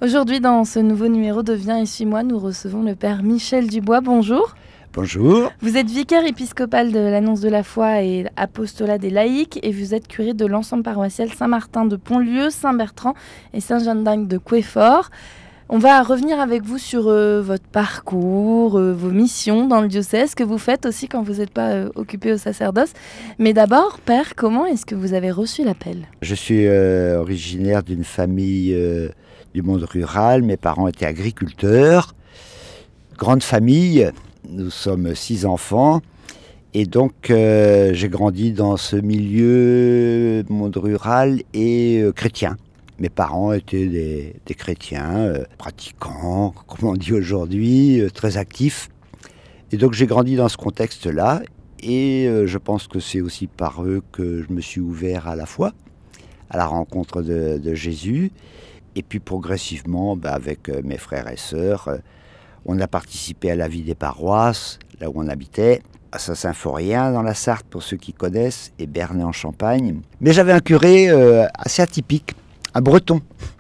Aujourd'hui, dans ce nouveau numéro de Viens et suis-moi, nous recevons le père Michel Dubois. Bonjour. Bonjour. Vous êtes vicaire épiscopal de l'Annonce de la foi et apostolat des laïcs et vous êtes curé de l'ensemble paroissial Saint-Martin de Pontlieu, Saint-Bertrand et Saint-Jean d'Arc de Queffort. On va revenir avec vous sur votre parcours, vos missions dans le diocèse, ce que vous faites aussi quand vous n'êtes pas occupé au sacerdoce. Mais d'abord, père, comment est-ce que vous avez reçu l'appel ? Je suis originaire d'une famille du monde rural. Mes parents étaient agriculteurs. Grande famille, nous sommes 6 enfants. Et donc, j'ai grandi dans ce milieu monde rural et chrétien. Mes parents étaient des chrétiens, pratiquants, comme on dit aujourd'hui, très actifs. Et donc j'ai grandi dans ce contexte-là. Et je pense que c'est aussi par eux que je me suis ouvert à la foi, à la rencontre de Jésus. Et puis progressivement, avec mes frères et sœurs, on a participé à la vie des paroisses, là où on habitait, à Saint-Symphorien dans la Sarthe, pour ceux qui connaissent, et Bernay en Champagne. Mais j'avais un curé assez atypique. Un breton.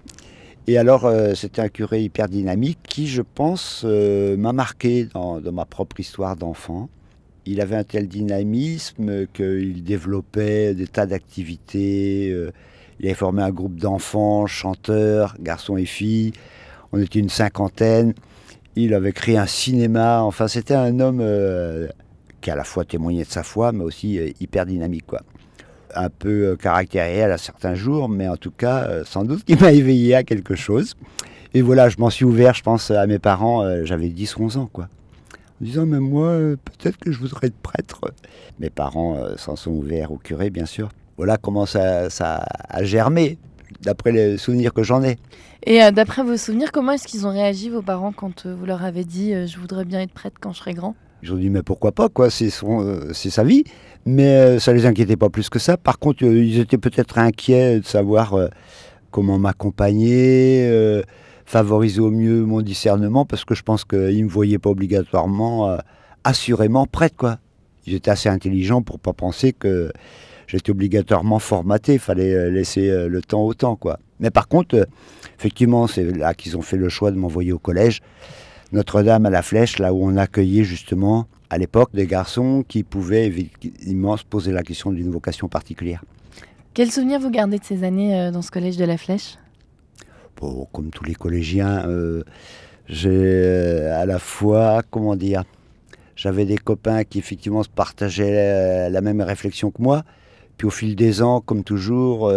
Et alors, c'était un curé hyper dynamique qui, je pense, m'a marqué dans ma propre histoire d'enfant. Il avait un tel dynamisme qu'il développait des tas d'activités. Il avait formé un groupe d'enfants, chanteurs, garçons et filles. On était une 50aine. Il avait créé un cinéma. Enfin, c'était un homme qui à la fois témoignait de sa foi, mais aussi hyper dynamique, quoi. Un peu caractériel à certains jours, mais en tout cas, sans doute qu'il m'a éveillé à quelque chose. Et voilà, je m'en suis ouvert, je pense, à mes parents, j'avais 10-11 ans, quoi. En disant, mais moi, peut-être que je voudrais être prêtre. Mes parents s'en sont ouverts au curé, bien sûr. Voilà comment ça a germé, d'après les souvenirs que j'en ai. Et d'après vos souvenirs, comment est-ce qu'ils ont réagi, vos parents, quand vous leur avez dit « je voudrais bien être prêtre quand je serai grand » ? Ils ont dit, mais pourquoi pas, quoi, c'est sa vie. Mais ça les inquiétait pas plus que ça. Par contre, ils étaient peut-être inquiets de savoir comment m'accompagner, favoriser au mieux mon discernement, parce que je pense qu'ils ne me voyaient pas obligatoirement, assurément prêtre, quoi. Ils étaient assez intelligents pour pas penser que j'étais obligatoirement formaté. Il fallait laisser le temps au temps, quoi. Mais par contre, effectivement, c'est là qu'ils ont fait le choix de m'envoyer au collège Notre-Dame à la Flèche, là où on accueillait justement, à l'époque, des garçons qui pouvaient évidemment se poser la question d'une vocation particulière. Quel souvenir vous gardez de ces années dans ce collège de la Flèche ? Bon, comme tous les collégiens, j'ai à la fois, comment dire, j'avais des copains qui effectivement se partageaient la même réflexion que moi. Puis au fil des ans, comme toujours,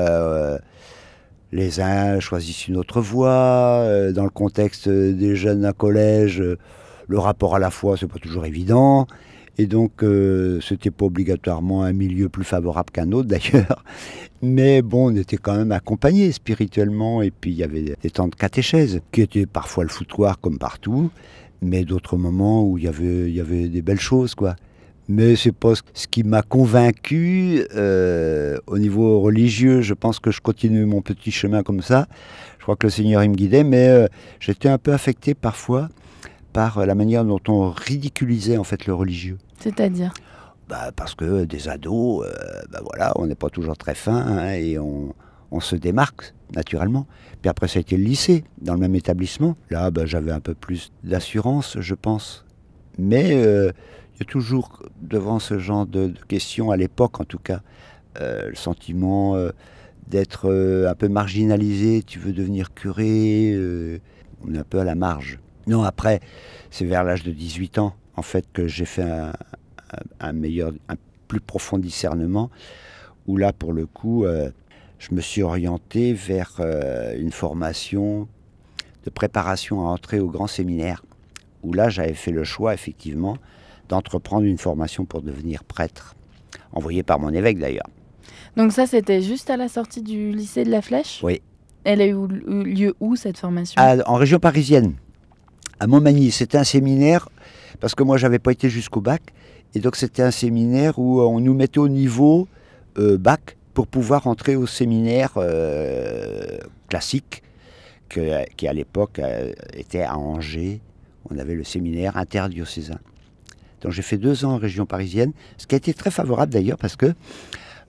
les uns choisissent une autre voie. Dans le contexte des jeunes d'un collège, le rapport à la foi, c'est pas toujours évident. Et donc, c'était pas obligatoirement un milieu plus favorable qu'un autre, d'ailleurs. Mais bon, on était quand même accompagnés spirituellement. Et puis, il y avait des temps de catéchèse, qui étaient parfois le foutoir, comme partout. Mais d'autres moments où il y avait des belles choses, quoi. Mais c'est pas ce qui m'a convaincu au niveau religieux. Je pense que je continue mon petit chemin comme ça. Je crois que le Seigneur il me guidait, mais j'étais un peu affecté parfois par la manière dont on ridiculisait en fait le religieux. C'est-à-dire ? Parce que des ados, voilà, on n'est pas toujours très fin, hein, et on se démarque naturellement. Puis après ça a été le lycée, dans le même établissement. Là, j'avais un peu plus d'assurance, je pense. Mais il y a toujours, devant ce genre de questions, à l'époque en tout cas, le sentiment d'être un peu marginalisé. Tu veux devenir curé, on est un peu à la marge. Non, après, c'est vers l'âge de 18 ans, en fait, que j'ai fait un plus profond discernement, où là, pour le coup, je me suis orienté vers une formation de préparation à entrer au grand séminaire, où là, j'avais fait le choix, effectivement, d'entreprendre une formation pour devenir prêtre, envoyé par mon évêque d'ailleurs. Donc ça, c'était juste à la sortie du lycée de la Flèche ? Oui. Elle a eu lieu où, cette formation ? En région parisienne, à Montmagny. C'était un séminaire, parce que moi, j'avais pas été jusqu'au bac, et donc c'était un séminaire où on nous mettait au niveau bac pour pouvoir entrer au séminaire classique, qui à l'époque était à Angers. On avait le séminaire interdiocésain. Donc j'ai fait 2 ans en région parisienne, ce qui a été très favorable d'ailleurs, parce que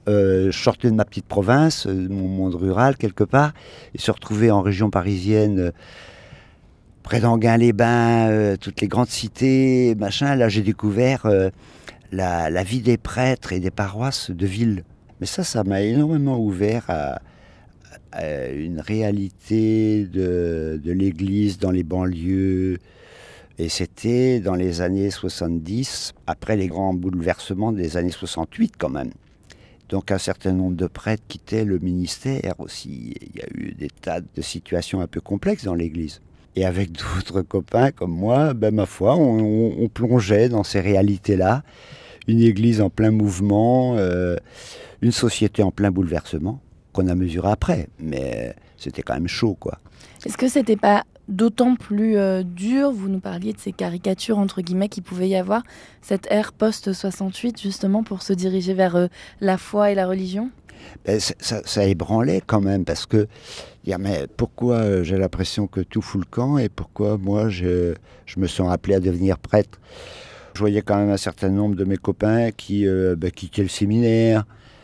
je sortais de ma petite province, de mon monde rural quelque part, et se retrouver en région parisienne, près d'Enghien-les-Bains, toutes les grandes cités, machin. Là, j'ai découvert la vie des prêtres et des paroisses de ville. Mais ça m'a énormément ouvert à une réalité de l'Église dans les banlieues. Et c'était dans les années 70, après les grands bouleversements des années 68 quand même. Donc un certain nombre de prêtres quittaient le ministère aussi. Il y a eu des tas de situations un peu complexes dans l'Église. Et avec d'autres copains comme moi, ben, ma foi, on plongeait dans ces réalités-là. Une Église en plein mouvement, une société en plein bouleversement, qu'on a mesuré après. Mais c'était quand même chaud, quoi. Est-ce que c'était pas d'autant plus dur? Vous nous parliez de ces caricatures, entre guillemets, qu'il pouvait y avoir, cette ère post-68, justement, pour se diriger vers la foi et la religion? Ben, ça ébranlait quand même, parce que mais pourquoi j'ai l'impression que tout fout le camp et pourquoi moi je me sens appelé à devenir prêtre. Je voyais quand même un certain nombre de mes copains qui quittaient le séminaire.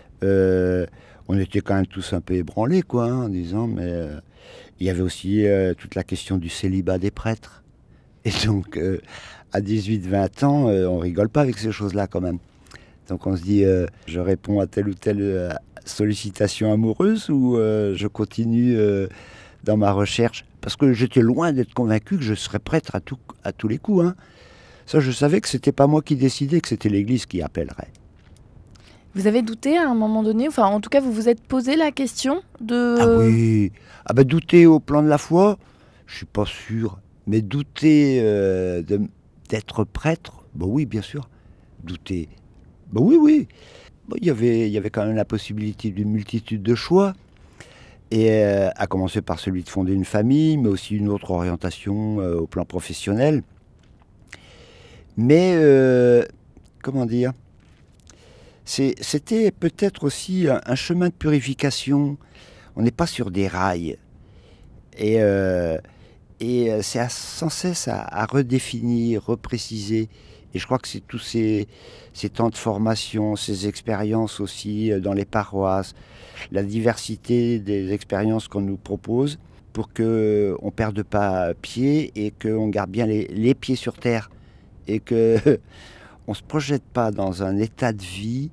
On était quand même tous un peu ébranlés, quoi, en disant, mais il y avait aussi toute la question du célibat des prêtres. Et donc, à 18-20 ans, on rigole pas avec ces choses-là quand même. Donc on se dit, je réponds à telle ou telle sollicitation amoureuse ou je continue dans ma recherche. Parce que j'étais loin d'être convaincu que je serais prêtre à tous les coups. Hein. Ça, je savais que c'était pas moi qui décidais, que c'était l'Église qui appellerait. Vous avez douté à un moment donné, enfin en tout cas vous vous êtes posé la question de... Ah oui, douter au plan de la foi, je suis pas sûr. Mais douter d'être prêtre, bah oui, bien sûr. Douter, bah oui. Bon, il y avait quand même la possibilité d'une multitude de choix. Et à commencer par celui de fonder une famille, mais aussi une autre orientation au plan professionnel. Mais, comment dire, c'était peut-être aussi un chemin de purification. On n'est pas sur des rails. Et c'est sans cesse à redéfinir, repréciser. Et je crois que c'est tous ces temps de formation, ces expériences aussi dans les paroisses, la diversité des expériences qu'on nous propose pour qu'on ne perde pas pied et qu'on garde bien les pieds sur terre. Et qu'on ne se projette pas dans un état de vie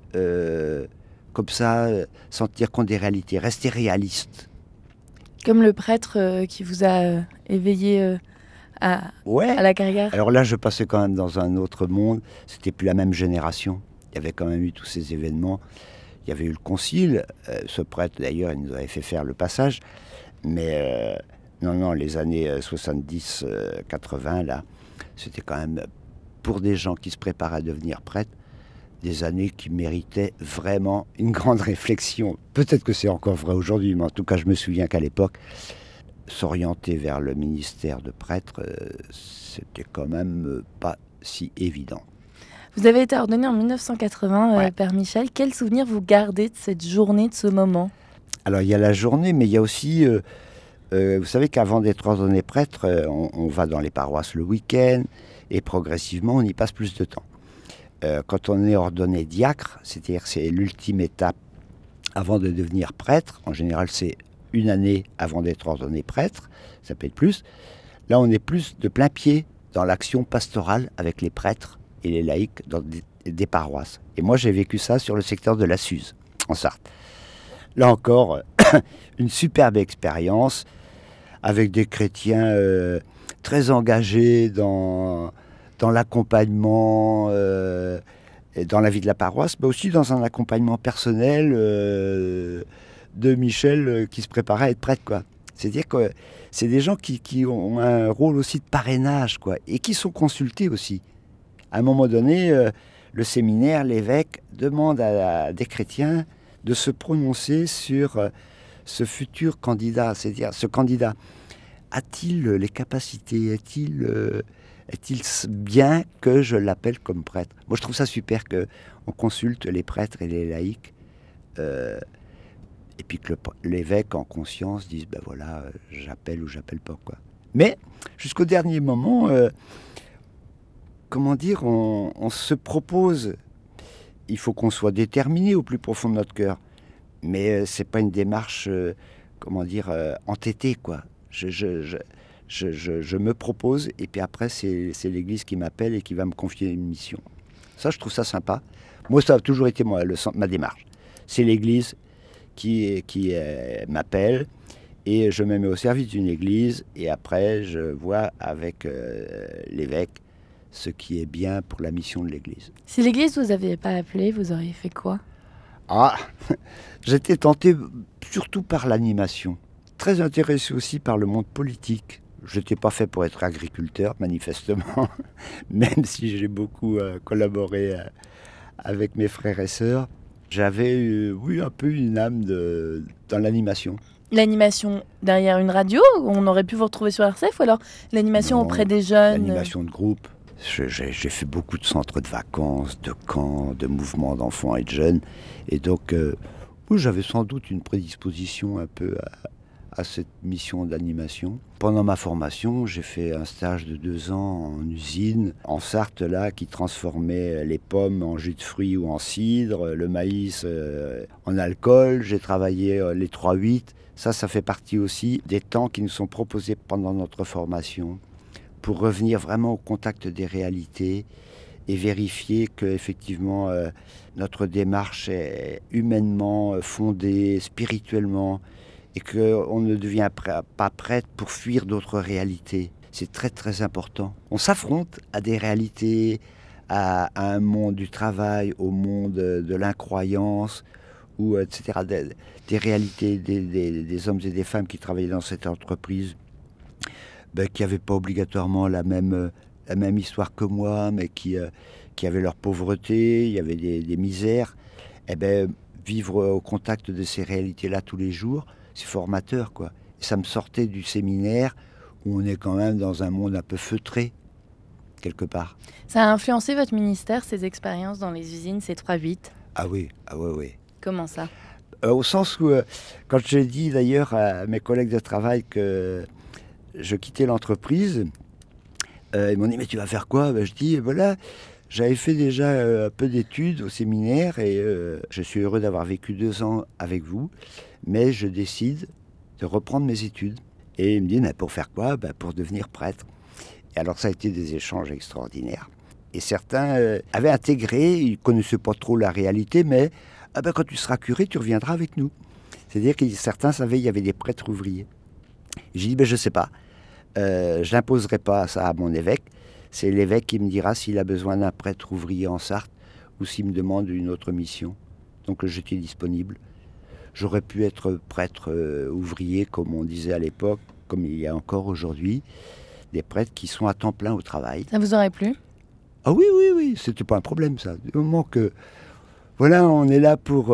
comme ça, sans tenir compte des réalités. Rester réaliste. Comme le prêtre qui vous a éveillé à la carrière. Alors là, je passais quand même dans un autre monde. C'était plus la même génération. Il y avait quand même eu tous ces événements. Il y avait eu le concile. Ce prêtre, d'ailleurs, il nous avait fait faire le passage. Mais non, les années 70, 80, là, c'était quand même, pour des gens qui se préparent à devenir prêtres, des années qui méritaient vraiment une grande réflexion. Peut-être que c'est encore vrai aujourd'hui, mais en tout cas, je me souviens qu'à l'époque, s'orienter vers le ministère de prêtre, c'était quand même pas si évident. Vous avez été ordonné en 1980, Père Michel. Quel souvenir vous gardez de cette journée, de ce moment? Alors, il y a la journée, mais il y a aussi... vous savez qu'avant d'être ordonné prêtre, on va dans les paroisses le week-end, et progressivement, on y passe plus de temps. Quand on est ordonné diacre, c'est-à-dire c'est l'ultime étape avant de devenir prêtre, en général c'est une année avant d'être ordonné prêtre, ça peut être plus, là on est plus de plein pied dans l'action pastorale avec les prêtres et les laïcs dans des paroisses. Et moi j'ai vécu ça sur le secteur de la Suze, en Sarthe. Là encore, une superbe expérience avec des chrétiens très engagés dans l'accompagnement et dans la vie de la paroisse, mais aussi dans un accompagnement personnel de Michel qui se préparait à être prêtre, quoi. C'est-à-dire que c'est des gens qui ont un rôle aussi de parrainage, quoi, et qui sont consultés aussi. À un moment donné, le séminaire, l'évêque demande à des chrétiens de se prononcer sur ce futur candidat, c'est-à-dire ce candidat. A-t-il les capacités? Est-il bien que je l'appelle comme prêtre? Moi, je trouve ça super qu'on consulte les prêtres et les laïcs, et puis que l'évêque, en conscience, dise, ben voilà, j'appelle ou j'appelle pas, quoi. Mais, jusqu'au dernier moment, comment dire, on se propose, il faut qu'on soit déterminé au plus profond de notre cœur. Mais c'est pas une démarche, entêtée, quoi. Je me propose, et puis après, c'est l'Église qui m'appelle et qui va me confier une mission. Ça, je trouve ça sympa. Moi, ça a toujours été ma démarche. C'est l'Église qui m'appelle, et je me mets au service d'une Église, et après, je vois avec l'évêque ce qui est bien pour la mission de l'Église. Si l'Église vous avait pas appelé, vous auriez fait quoi? Ah, j'étais tenté surtout par l'animation. Très intéressé aussi par le monde politique. Je n'étais pas fait pour être agriculteur, manifestement, même si j'ai beaucoup collaboré avec mes frères et sœurs. J'avais eu un peu une âme dans l'animation. L'animation derrière une radio, on aurait pu vous retrouver sur RCF, ou alors l'animation Non, auprès des jeunes? L'animation de groupe. J'ai fait beaucoup de centres de vacances, de camps, de mouvements d'enfants et de jeunes. Et donc, oui, j'avais sans doute une prédisposition un peu à cette mission d'animation. Pendant ma formation, j'ai fait un stage de 2 ans en usine, en Sarthe, là, qui transformait les pommes en jus de fruits ou en cidre, le maïs en alcool. J'ai travaillé les 3-8. Ça fait partie aussi des temps qui nous sont proposés pendant notre formation, pour revenir vraiment au contact des réalités et vérifier qu'effectivement notre démarche est humainement fondée, spirituellement, et qu'on ne devient pas prêtre pour fuir d'autres réalités. C'est très très important. On s'affronte à des réalités, à un monde du travail, au monde de l'incroyance, ou etc. Des réalités des hommes et des femmes qui travaillaient dans cette entreprise, qui n'avaient pas obligatoirement la même histoire que moi, mais qui avaient leur pauvreté, il y avait des misères. Vivre au contact de ces réalités-là tous les jours, c'est formateur, quoi. Et ça me sortait du séminaire, où on est quand même dans un monde un peu feutré, quelque part. Ça a influencé votre ministère, ces expériences dans les usines, ces 3-8? Ah oui. Comment ça? Au sens où, quand j'ai dit d'ailleurs à mes collègues de travail que je quittais l'entreprise, ils m'ont dit « Mais tu vas faire quoi ?» Je dis « Voilà, j'avais fait déjà un peu d'études au séminaire, et je suis heureux d'avoir vécu 2 ans avec vous, mais je décide de reprendre mes études. » Et ils me disent « Mais pour faire quoi ?» Pour devenir prêtre. Et alors ça a été des échanges extraordinaires. Et certains avaient intégré, ils ne connaissaient pas trop la réalité, mais quand tu seras curé, tu reviendras avec nous. C'est-à-dire que certains savaient qu'il y avait des prêtres ouvriers. J'ai dit, je ne sais pas. Je n'imposerai pas ça à mon évêque. C'est l'évêque qui me dira s'il a besoin d'un prêtre ouvrier en Sarthe ou s'il me demande une autre mission. Donc j'étais disponible. J'aurais pu être prêtre ouvrier, comme on disait à l'époque, comme il y a encore aujourd'hui, des prêtres qui sont à temps plein au travail. Ça vous aurait plu? Ah oui, c'était pas un problème, ça. Du moment que, voilà, on est là pour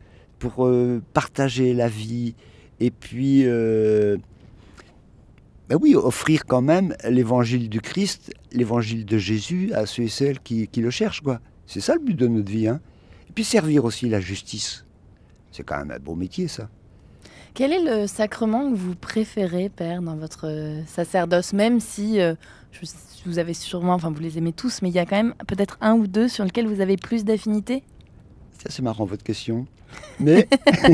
partager la vie, et puis offrir quand même l'évangile du Christ, l'évangile de Jésus à ceux et celles qui le cherchent, quoi. C'est ça le but de notre vie, hein. Et puis servir aussi la justice. C'est quand même un beau métier, ça. Quel est le sacrement que vous préférez, Père, dans votre sacerdoce, même si vous avez sûrement, enfin vous les aimez tous, mais il y a quand même peut-être 1 ou 2 sur lesquels vous avez plus d'affinité? Ça, c'est marrant, votre question. Mais,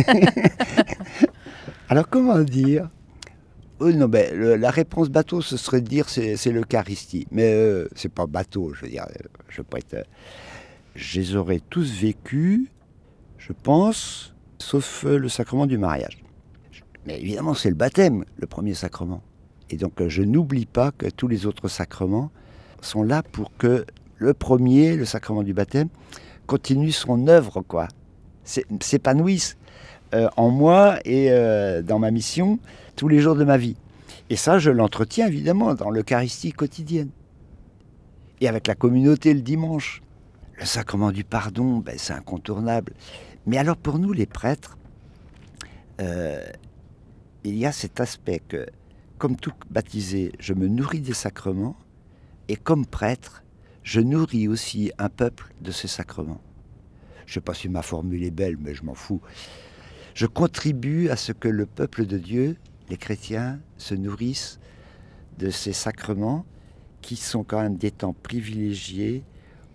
alors comment dire? Non, la réponse bateau, ce serait de dire c'est l'Eucharistie. Mais c'est pas bateau, je veux dire. Je veux pas être... Je les aurais tous vécus, je pense, sauf le sacrement du mariage. Mais évidemment, c'est le baptême, le premier sacrement. Et donc, je n'oublie pas que tous les autres sacrements sont là pour que le premier, le sacrement du baptême, continue son œuvre, quoi. S'épanouisse en moi et dans ma mission tous les jours de ma vie. Et ça, je l'entretiens évidemment dans l'Eucharistie quotidienne. Et avec la communauté le dimanche. Le sacrement du pardon, c'est incontournable. Mais alors pour nous, les prêtres, il y a cet aspect que, comme tout baptisé, je me nourris des sacrements, et comme prêtre, je nourris aussi un peuple de ces sacrements. Je ne sais pas si ma formule est belle, mais je m'en fous. Je contribue à ce que le peuple de Dieu, les chrétiens, se nourrissent de ces sacrements qui sont quand même des temps privilégiés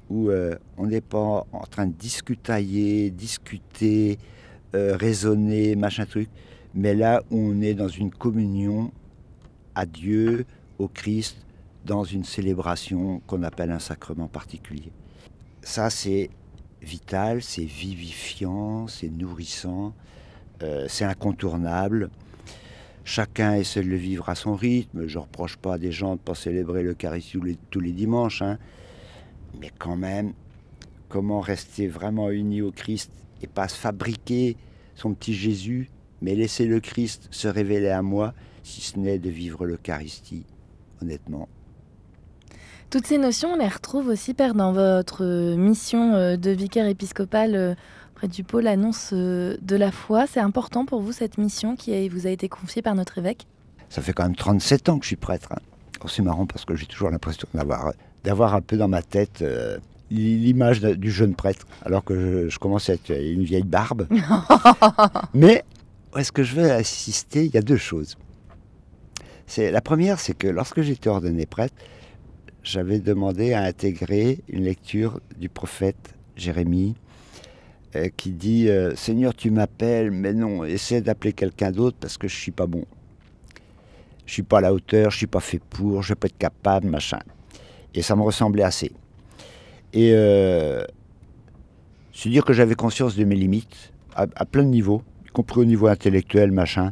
où on n'est pas en train de discutailler, discuter, raisonner, machin truc, mais là où on est dans une communion à Dieu, au Christ, dans une célébration qu'on appelle un sacrement particulier. Ça, c'est vital, c'est vivifiant, c'est nourrissant, c'est incontournable. Chacun essaie de le vivre à son rythme. Je ne reproche pas à des gens de ne pas célébrer l'Eucharistie tous les dimanches, hein. Mais quand même, comment rester vraiment uni au Christ et pas se fabriquer son petit Jésus, mais laisser le Christ se révéler à moi, si ce n'est de vivre l'Eucharistie, honnêtement. Toutes ces notions, on les retrouve aussi, Père, dans votre mission de vicaire épiscopal près du pôle Annonce de la foi. C'est important pour vous, cette mission qui vous a été confiée par notre évêque? Ça fait quand même 37 ans que je suis prêtre, hein. Alors, c'est marrant parce que j'ai toujours l'impression d'avoir un peu dans ma tête l'image du jeune prêtre, alors que je commence à être une vieille barbe. Mais où est-ce que je veux assister? Il y a deux choses. La première, c'est que lorsque j'étais ordonné prêtre, j'avais demandé à intégrer une lecture du prophète Jérémie qui dit « Seigneur, tu m'appelles, mais non, essaie d'appeler quelqu'un d'autre parce que je ne suis pas bon. Je ne suis pas à la hauteur, je ne suis pas fait pour, je ne vais pas être capable, machin. » Et ça me ressemblait assez. Et c'est dire que j'avais conscience de mes limites à plein de niveaux, y compris au niveau intellectuel, machin.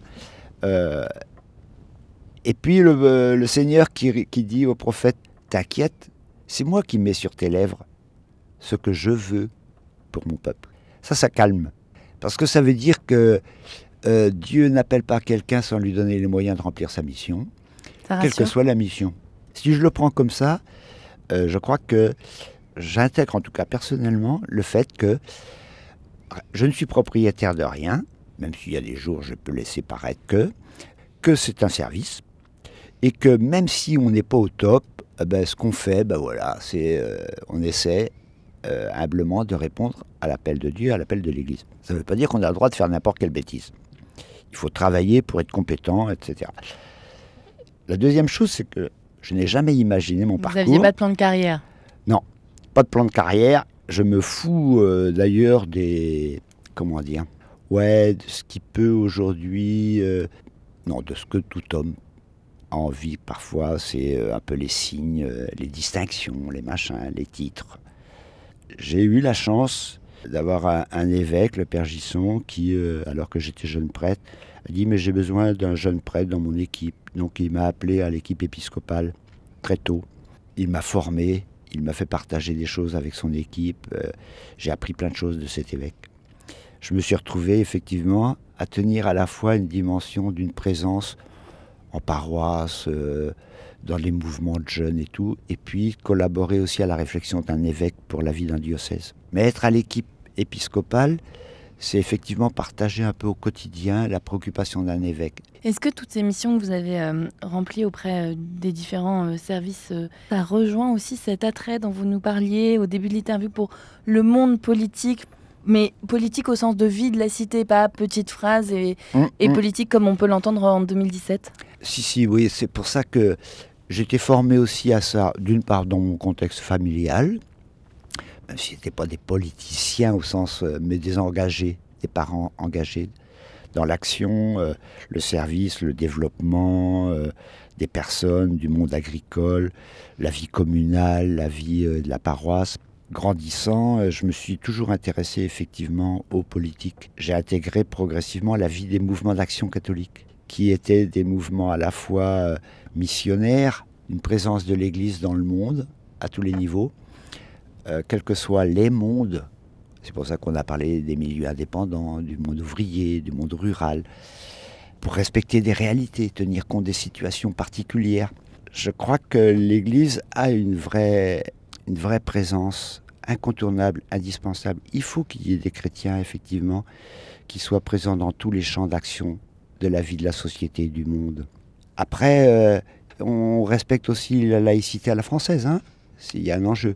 Et puis le Seigneur qui dit au prophète, t'inquiète, c'est moi qui mets sur tes lèvres ce que je veux pour mon peuple. Ça calme. Parce que ça veut dire que Dieu n'appelle pas quelqu'un sans lui donner les moyens de remplir sa mission, quelle que soit la mission. Si je le prends comme ça, je crois que j'intègre en tout cas personnellement le fait que je ne suis propriétaire de rien, même s'il y a des jours je peux laisser paraître que c'est un service, et que même si on n'est pas au top, ce qu'on fait, voilà, c'est on essaie humblement de répondre à l'appel de Dieu, à l'appel de l'Église. Ça ne veut pas dire qu'on a le droit de faire n'importe quelle bêtise. Il faut travailler pour être compétent, etc. La deuxième chose, c'est que je n'ai jamais imaginé mon parcours. Vous n'aviez pas de plan de carrière? Non, pas de plan de carrière. Je me fous d'ailleurs de ce qui peut aujourd'hui... de ce que tout homme a envie parfois, c'est un peu les signes, les distinctions, les machins, les titres. J'ai eu la chance d'avoir un évêque, le Père Gisson, qui, alors que j'étais jeune prêtre, a dit « mais j'ai besoin d'un jeune prêtre dans mon équipe ». Donc il m'a appelé à l'équipe épiscopale très tôt. Il m'a formé, il m'a fait partager des choses avec son équipe. J'ai appris plein de choses de cet évêque. Je me suis retrouvé effectivement à tenir à la fois une dimension d'une présence en paroisse, dans les mouvements de jeunes et tout, et puis collaborer aussi à la réflexion d'un évêque pour la vie d'un diocèse. Mais être à l'équipe épiscopale, c'est effectivement partager un peu au quotidien la préoccupation d'un évêque. Est-ce que toutes ces missions que vous avez remplies auprès des différents services, ça rejoint aussi cet attrait dont vous nous parliez au début de l'interview pour le monde politique, mais politique au sens de vie de la cité, pas petite phrase et politique comme on peut l'entendre en 2017? Oui, c'est pour ça que j'étais formé aussi à ça, d'une part dans mon contexte familial, même si ce n'étaient pas des politiciens au sens, mais des engagés, des parents engagés dans l'action, le service, le développement des personnes, du monde agricole, la vie communale, la vie de la paroisse. Grandissant, je me suis toujours intéressé effectivement aux politiques. J'ai intégré progressivement la vie des mouvements d'action catholique, qui étaient des mouvements à la fois missionnaires, une présence de l'Église dans le monde, à tous les niveaux, quels que soient les mondes. C'est pour ça qu'on a parlé des milieux indépendants, du monde ouvrier, du monde rural, pour respecter des réalités, tenir compte des situations particulières. Je crois que l'Église a une vraie présence incontournable, indispensable. Il faut qu'il y ait des chrétiens, effectivement, qui soient présents dans tous les champs d'action de la vie de la société et du monde. Après, on respecte aussi la laïcité à la française, hein. Il y a un enjeu.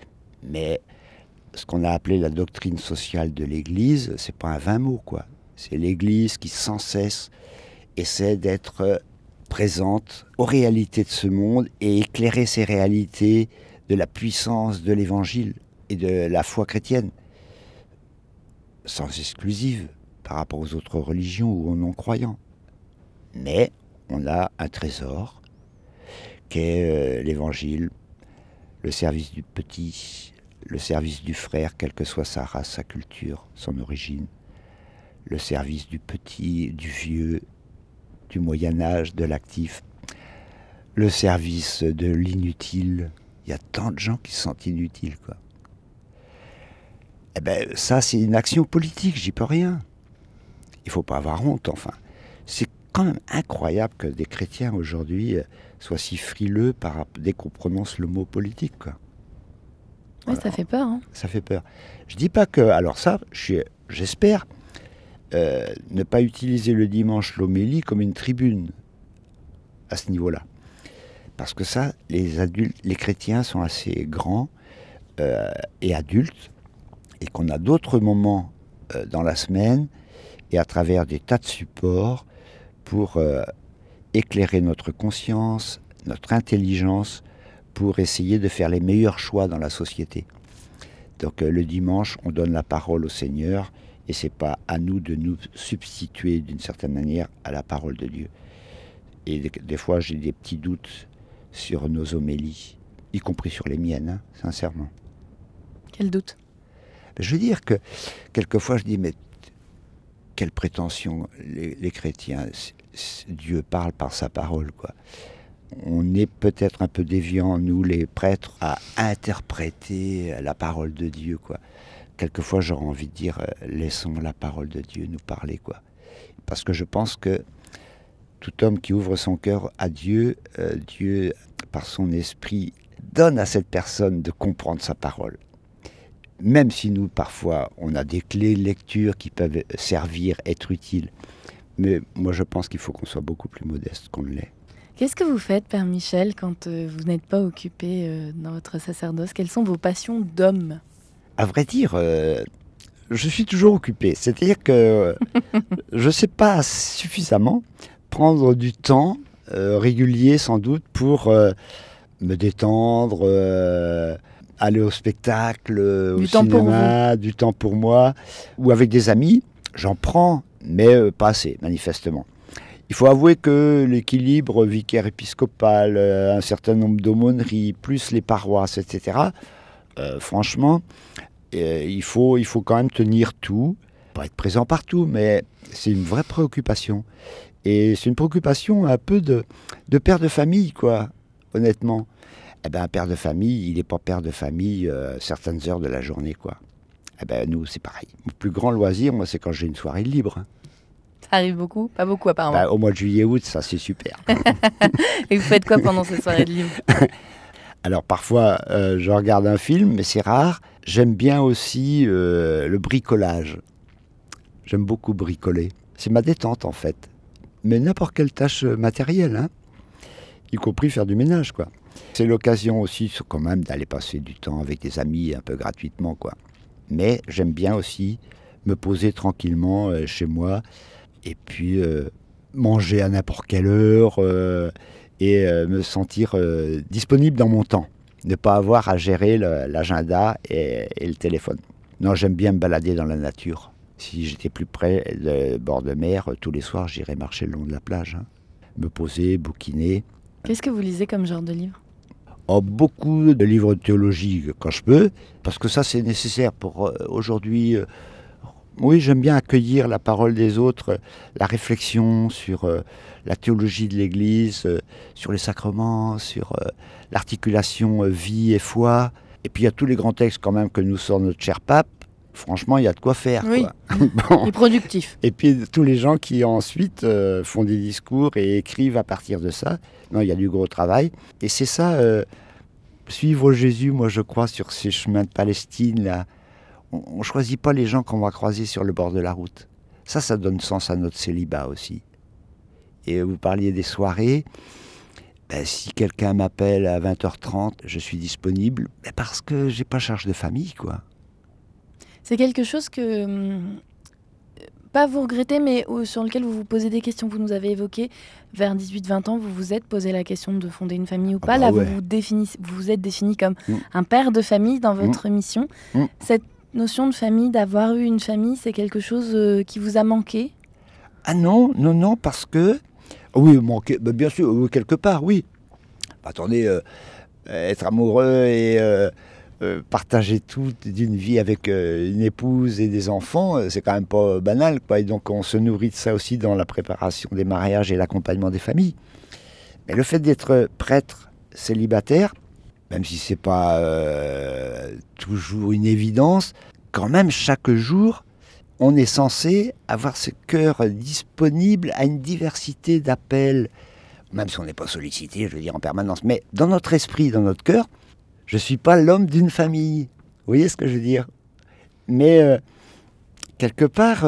Mais ce qu'on a appelé la doctrine sociale de l'Église, c'est pas un vain mot, quoi. C'est l'Église qui, sans cesse, essaie d'être présente aux réalités de ce monde et éclairer ces réalités de la puissance de l'Évangile. et de la foi chrétienne, sans exclusive par rapport aux autres religions ou aux non-croyants. Mais on a un trésor qu'est l'Évangile, le service du petit, le service du frère, quelle que soit sa race, sa culture, son origine, le service du petit, du vieux, du Moyen-Âge, de l'actif, le service de l'inutile. Il y a tant de gens qui se sentent inutiles, quoi. Eh ben, ça, c'est une action politique, j'y peux rien. Il ne faut pas avoir honte, enfin. C'est quand même incroyable que des chrétiens aujourd'hui soient si frileux dès qu'on prononce le mot politique, quoi. Oui, ça fait peur. Hein. Ça fait peur. Je dis pas que... Alors ça, j'espère ne pas utiliser le dimanche l'homélie comme une tribune à ce niveau-là. Parce que ça, les chrétiens sont assez grands et adultes, et qu'on a d'autres moments dans la semaine et à travers des tas de supports pour éclairer notre conscience, notre intelligence, pour essayer de faire les meilleurs choix dans la société. Donc le dimanche, on donne la parole au Seigneur, et c'est pas à nous de nous substituer d'une certaine manière à la parole de Dieu. Et des fois, j'ai des petits doutes sur nos homélies, y compris sur les miennes, hein, sincèrement. Quel doute? Je veux dire que, quelquefois, je dis, mais quelle prétention, les chrétiens, Dieu parle par sa parole, quoi. On est peut-être un peu déviants, nous, les prêtres, à interpréter la parole de Dieu, quoi. Quelquefois, j'aurais envie de dire, laissons la parole de Dieu nous parler, quoi. Parce que je pense que tout homme qui ouvre son cœur à Dieu, Dieu, par son esprit, donne à cette personne de comprendre sa parole. Même si nous, parfois, on a des clés de lecture qui peuvent servir, être utiles. Mais moi, je pense qu'il faut qu'on soit beaucoup plus modeste qu'on ne l'est. Qu'est-ce que vous faites, Père Michel, quand vous n'êtes pas occupé dans votre sacerdoce? Quelles sont vos passions d'homme? À vrai dire, je suis toujours occupé. C'est-à-dire que je ne sais pas suffisamment prendre du temps régulier, sans doute, pour me détendre, aller au spectacle, au cinéma, du temps pour moi, ou avec des amis. J'en prends, mais pas assez, manifestement. Il faut avouer que l'équilibre vicaire épiscopal, un certain nombre d'aumôneries, plus les paroisses, etc., franchement, il faut quand même tenir tout, pas être présent partout, mais c'est une vraie préoccupation. Et c'est une préoccupation un peu de père de famille, quoi, honnêtement. Eh ben, un père de famille, il n'est pas père de famille certaines heures de la journée, quoi. Eh ben, nous, c'est pareil. Mon plus grand loisir, moi, c'est quand j'ai une soirée libre. Hein. Ça arrive beaucoup? Pas beaucoup, apparemment. Bah, au mois de juillet-août, ça, c'est super. Et vous faites quoi pendant cette soirée de libre? Alors, parfois, je regarde un film, mais c'est rare. J'aime bien aussi le bricolage. J'aime beaucoup bricoler. C'est ma détente, en fait. Mais n'importe quelle tâche matérielle, hein, y compris faire du ménage, quoi. C'est l'occasion aussi, quand même, d'aller passer du temps avec des amis un peu gratuitement, quoi. Mais j'aime bien aussi me poser tranquillement chez moi et puis manger à n'importe quelle heure et me sentir disponible dans mon temps. Ne pas avoir à gérer l'agenda et le téléphone. Non, j'aime bien me balader dans la nature. Si j'étais plus près du bord de mer, tous les soirs, j'irais marcher le long de la plage. Hein. Me poser, bouquiner. Qu'est-ce que vous lisez comme genre de livre? Oh, beaucoup de livres de théologie quand je peux, parce que ça c'est nécessaire pour aujourd'hui. Oui, j'aime bien accueillir la parole des autres, la réflexion sur la théologie de l'Église, sur les sacrements, sur l'articulation vie et foi. Et puis il y a tous les grands textes quand même que nous sort notre cher pape. Franchement, il y a de quoi faire. Oui, quoi. Bon. Et productif. Et puis tous les gens qui ensuite font des discours et écrivent à partir de ça. Non, il y a du gros travail. Et c'est ça, suivre Jésus, moi je crois, sur ces chemins de Palestine, là. On ne choisit pas les gens qu'on va croiser sur le bord de la route. Ça donne sens à notre célibat aussi. Et vous parliez des soirées. Ben, si quelqu'un m'appelle à 20h30, je suis disponible, ben parce que j'ai pas charge de famille, quoi. C'est quelque chose que pas vous regrettez, mais sur lequel vous vous posez des questions. Vous nous avez évoqué, vers 18-20 ans, vous vous êtes posé la question de fonder une famille ou pas. Là, ouais. vous vous êtes défini comme un père de famille dans votre mission. Cette notion de famille, d'avoir eu une famille, c'est quelque chose qui vous a manqué? Ah non, parce que... Oui, manquer, bien sûr, quelque part, oui. Attendez, être amoureux et partager tout d'une vie avec une épouse et des enfants, c'est quand même pas banal, quoi. Et donc on se nourrit de ça aussi dans la préparation des mariages et l'accompagnement des familles. Mais le fait d'être prêtre célibataire, même si c'est pas toujours une évidence, quand même chaque jour, on est censé avoir ce cœur disponible à une diversité d'appels, même si on n'est pas sollicité, je veux dire, en permanence. Mais dans notre esprit, dans notre cœur, je ne suis pas l'homme d'une famille. Vous voyez ce que je veux dire? Mais quelque part,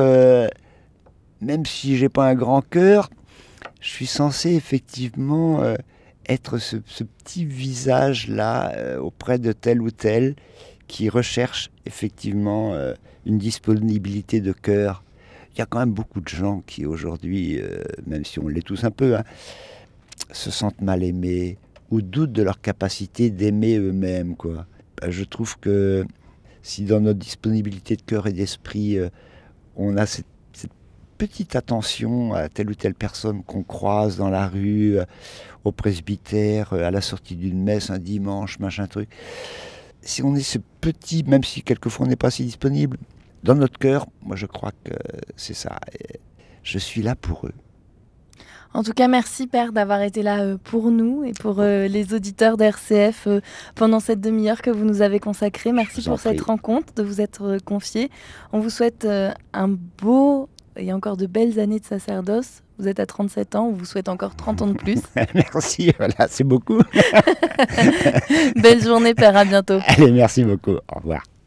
même si j'ai pas un grand cœur, je suis censé effectivement être ce petit visage-là auprès de tel ou tel qui recherche effectivement une disponibilité de cœur. Il y a quand même beaucoup de gens qui aujourd'hui, même si on l'est tous un peu, se sentent mal aimés ou doutent de leur capacité d'aimer eux-mêmes, quoi. Je trouve que si dans notre disponibilité de cœur et d'esprit, on a cette petite attention à telle ou telle personne qu'on croise dans la rue, au presbytère, à la sortie d'une messe un dimanche, machin truc. Si on est ce petit, même si quelquefois on n'est pas si disponible, dans notre cœur, moi je crois que c'est ça. Et je suis là pour eux. En tout cas, merci Père d'avoir été là pour nous et pour les auditeurs d'RCF pendant cette demi-heure que vous nous avez consacrée. Merci pour cette rencontre, de vous être confié. On vous souhaite un beau et encore de belles années de sacerdoce. Vous êtes à 37 ans, on vous souhaite encore 30 ans de plus. Merci, voilà, c'est beaucoup. Belle journée Père, à bientôt. Allez, merci beaucoup, au revoir.